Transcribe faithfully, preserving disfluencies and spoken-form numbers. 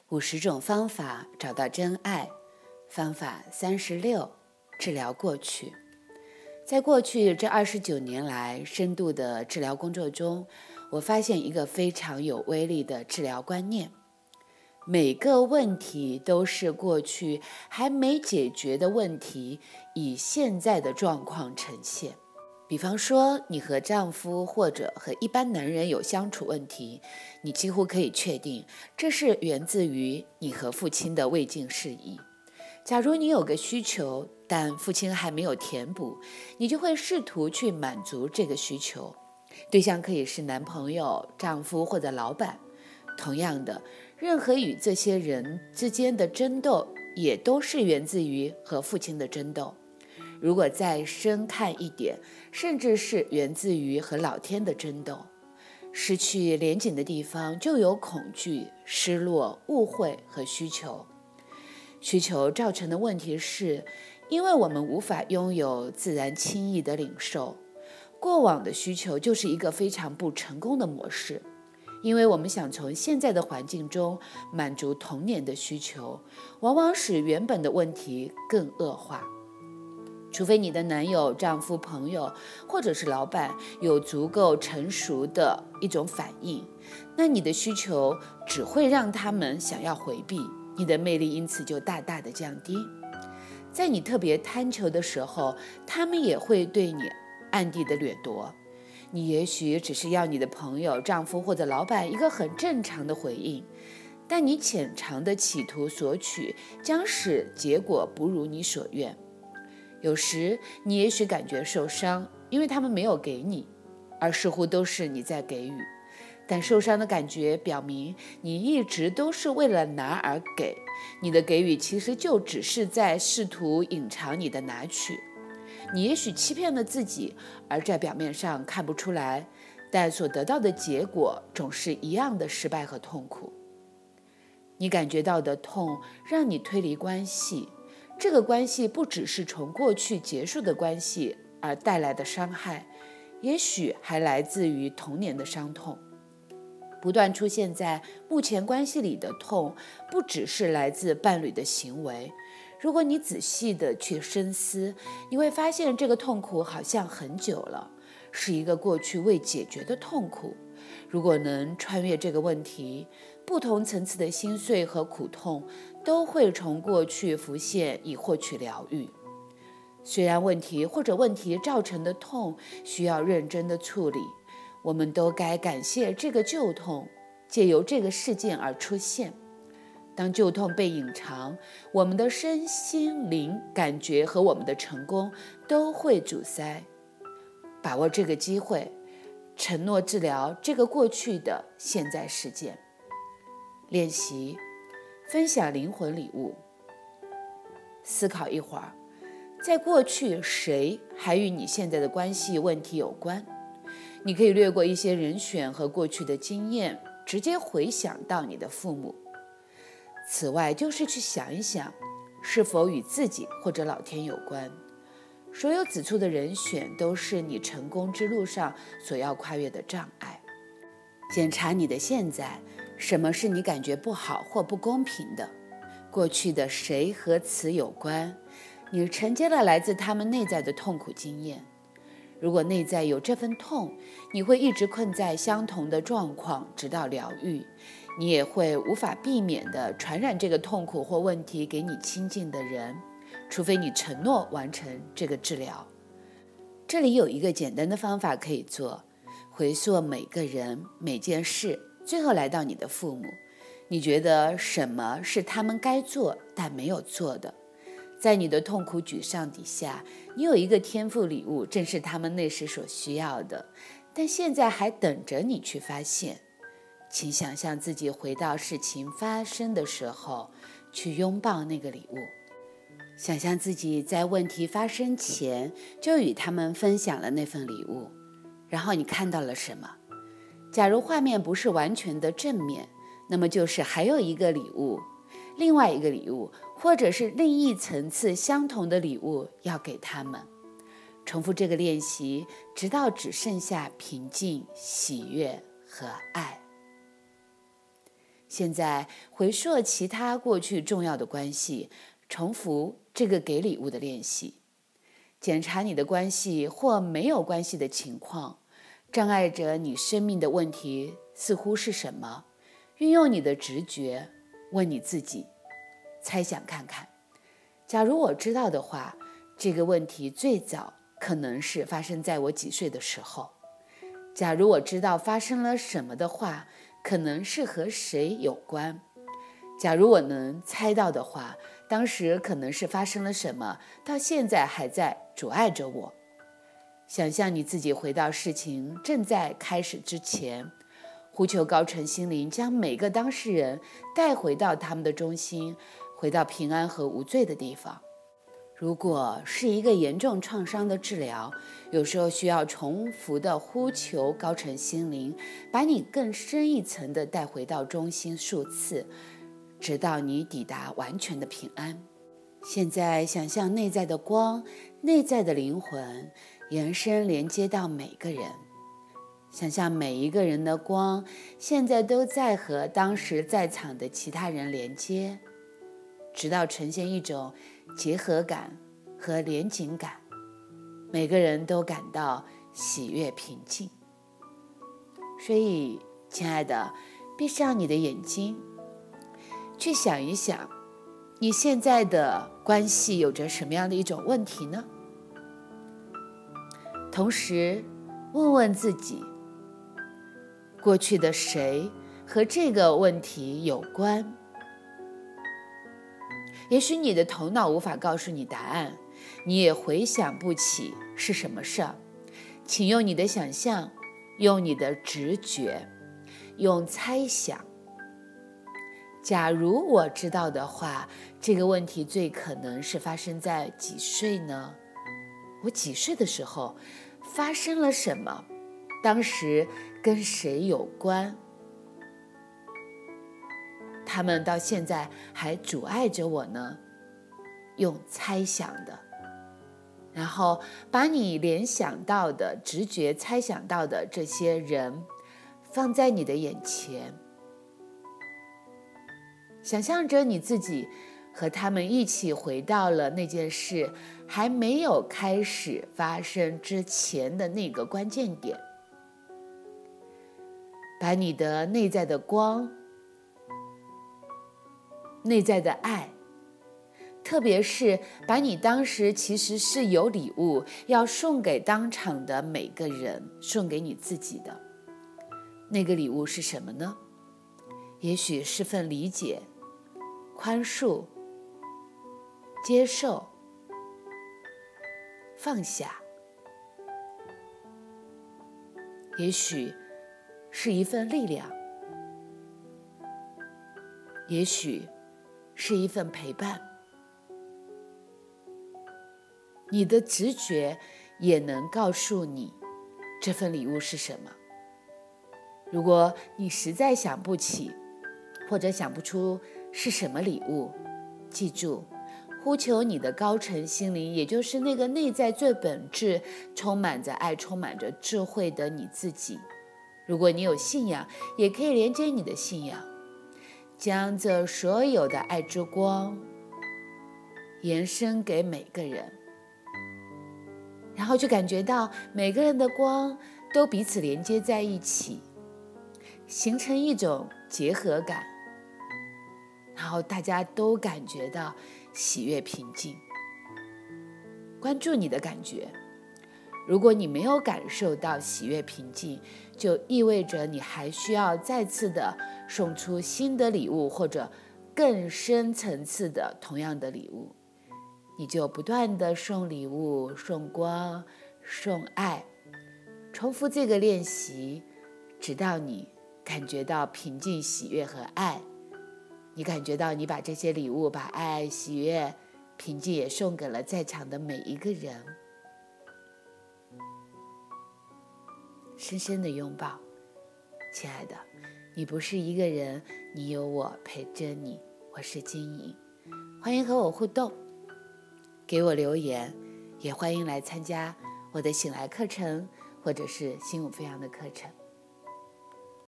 五十种方法找到真爱，方法三十六，治疗过去。在过去这二十九年来深度的治疗工作中，我发现一个非常有威力的治疗观念：每个问题都是过去还没解决的问题，以现在的状况呈现。比方说，你和丈夫或者和一般男人有相处问题，你几乎可以确定这是源自于你和父亲的未尽事宜。假如你有个需求，但父亲还没有填补，你就会试图去满足这个需求。对象可以是男朋友、丈夫或者老板。同样的，任何与这些人之间的争斗，也都是源自于和父亲的争斗。如果再深看一点，甚至是源自于和老天的争斗。失去连紧的地方就有恐惧、失落、误会和需求。需求造成的问题是，因为我们无法拥有自然轻易的领受。过往的需求就是一个非常不成功的模式，因为我们想从现在的环境中满足童年的需求，往往使原本的问题更恶化。除非你的男友、丈夫、朋友或者是老板有足够成熟的一种反应，那你的需求只会让他们想要回避，你的魅力因此就大大的降低。在你特别贪求的时候，他们也会对你暗地的掠夺。你也许只是要你的朋友、丈夫或者老板一个很正常的回应，但你潜藏的企图索取将使结果不如你所愿。有时你也许感觉受伤，因为他们没有给你，而似乎都是你在给予。但受伤的感觉表明你一直都是为了拿而给，你的给予其实就只是在试图隐藏你的拿取。你也许欺骗了自己，而在表面上看不出来，但所得到的结果总是一样的失败和痛苦。你感觉到的痛让你推离关系，这个关系不只是从过去结束的关系而带来的伤害，也许还来自于童年的伤痛。不断出现在目前关系里的痛，不只是来自伴侣的行为。如果你仔细的去深思，你会发现这个痛苦好像很久了，是一个过去未解决的痛苦。如果能穿越这个问题，不同层次的心碎和苦痛都会从过去浮现，以获取疗愈。虽然问题或者问题造成的痛需要认真的处理，我们都该感谢这个旧痛借由这个事件而出现。当旧痛被隐藏，我们的身心灵感觉和我们的成功都会阻塞。把握这个机会，承诺治疗这个过去的现在事件。练习分享灵魂礼物。思考一会儿，在过去谁还与你现在的关系问题有关？你可以略过一些人选和过去的经验，直接回想到你的父母。此外，就是去想一想，是否与自己或者老天有关。所有指出的人选都是你成功之路上所要跨越的障碍。检查你的现在，什么是你感觉不好或不公平的？过去的谁和此有关？你承接了来自他们内在的痛苦经验。如果内在有这份痛，你会一直困在相同的状况，直到疗愈。你也会无法避免地传染这个痛苦或问题给你亲近的人，除非你承诺完成这个治疗。这里有一个简单的方法可以做，回溯每个人、每件事，最后来到你的父母。你觉得什么是他们该做但没有做的？在你的痛苦沮丧底下，你有一个天赋礼物，正是他们那时所需要的，但现在还等着你去发现。请想象自己回到事情发生的时候，去拥抱那个礼物。想象自己在问题发生前就与他们分享了那份礼物，然后你看到了什么？假如画面不是完全的正面，那么就是还有一个礼物，另外一个礼物，或者是另一层次相同的礼物要给他们。重复这个练习，直到只剩下平静、喜悦和爱。 现在回溯其他过去重要的关系，重复这个给礼物的练习，检查你的关系或没有关系的情况，障碍着你生命的问题似乎是什么？运用你的直觉，问你自己，猜想看看，假如我知道的话，这个问题最早可能是发生在我几岁的时候。假如我知道发生了什么的话，可能是和谁有关。假如我能猜到的话，当时可能是发生了什么，到现在还在阻碍着我。想象你自己回到事情正在开始之前，呼求高程心灵将每个当事人带回到他们的中心，回到平安和无罪的地方。如果是一个严重创伤的治疗，有时候需要重复的呼求高程心灵，把你更深一层的带回到中心数次，直到你抵达完全的平安。现在想象内在的光，内在的灵魂延伸连接到每个人，想象每一个人的光现在都在和当时在场的其他人连接，直到呈现一种结合感和连紧感，每个人都感到喜悦平静。所以亲爱的，闭上你的眼睛，去想一想你现在的关系有着什么样的一种问题呢？同时问问自己，过去的谁和这个问题有关？也许你的头脑无法告诉你答案，你也回想不起是什么事儿，请用你的想象，用你的直觉，用猜想。假如我知道的话，这个问题最可能是发生在几岁呢？我几岁的时候发生了什么？当时跟谁有关？他们到现在还阻碍着我呢？用猜想的，然后把你联想到的、直觉猜想到的这些人放在你的眼前，想象着你自己和他们一起回到了那件事还没有开始发生之前的那个关键点，把你的内在的光、内在的爱，特别是把你当时其实是有礼物要送给当场的每个人，送给你自己的那个礼物是什么呢？也许是份理解、宽恕、接受、放下，也许是一份力量，也许是一份陪伴。你的直觉也能告诉你这份礼物是什么。如果你实在想不起，或者想不出是什么礼物，记住，呼求你的高程心灵，也就是那个内在最本质、充满着爱、充满着智慧的你自己。如果你有信仰，也可以连接你的信仰，将这所有的爱之光延伸给每个人，然后就感觉到每个人的光都彼此连接在一起，形成一种结合感，然后大家都感觉到喜悦平静。关注你的感觉，如果你没有感受到喜悦平静，就意味着你还需要再次的送出新的礼物，或者更深层次的同样的礼物。你就不断的送礼物、送光、送爱，重复这个练习，直到你感觉到平静、喜悦和爱。你感觉到你把这些礼物、把爱、喜悦、平静也送给了在场的每一个人。深深的拥抱，亲爱的，你不是一个人，你有我陪着你。我是金莹，欢迎和我互动，给我留言，也欢迎来参加我的醒来课程，或者是心舞飞扬的课程。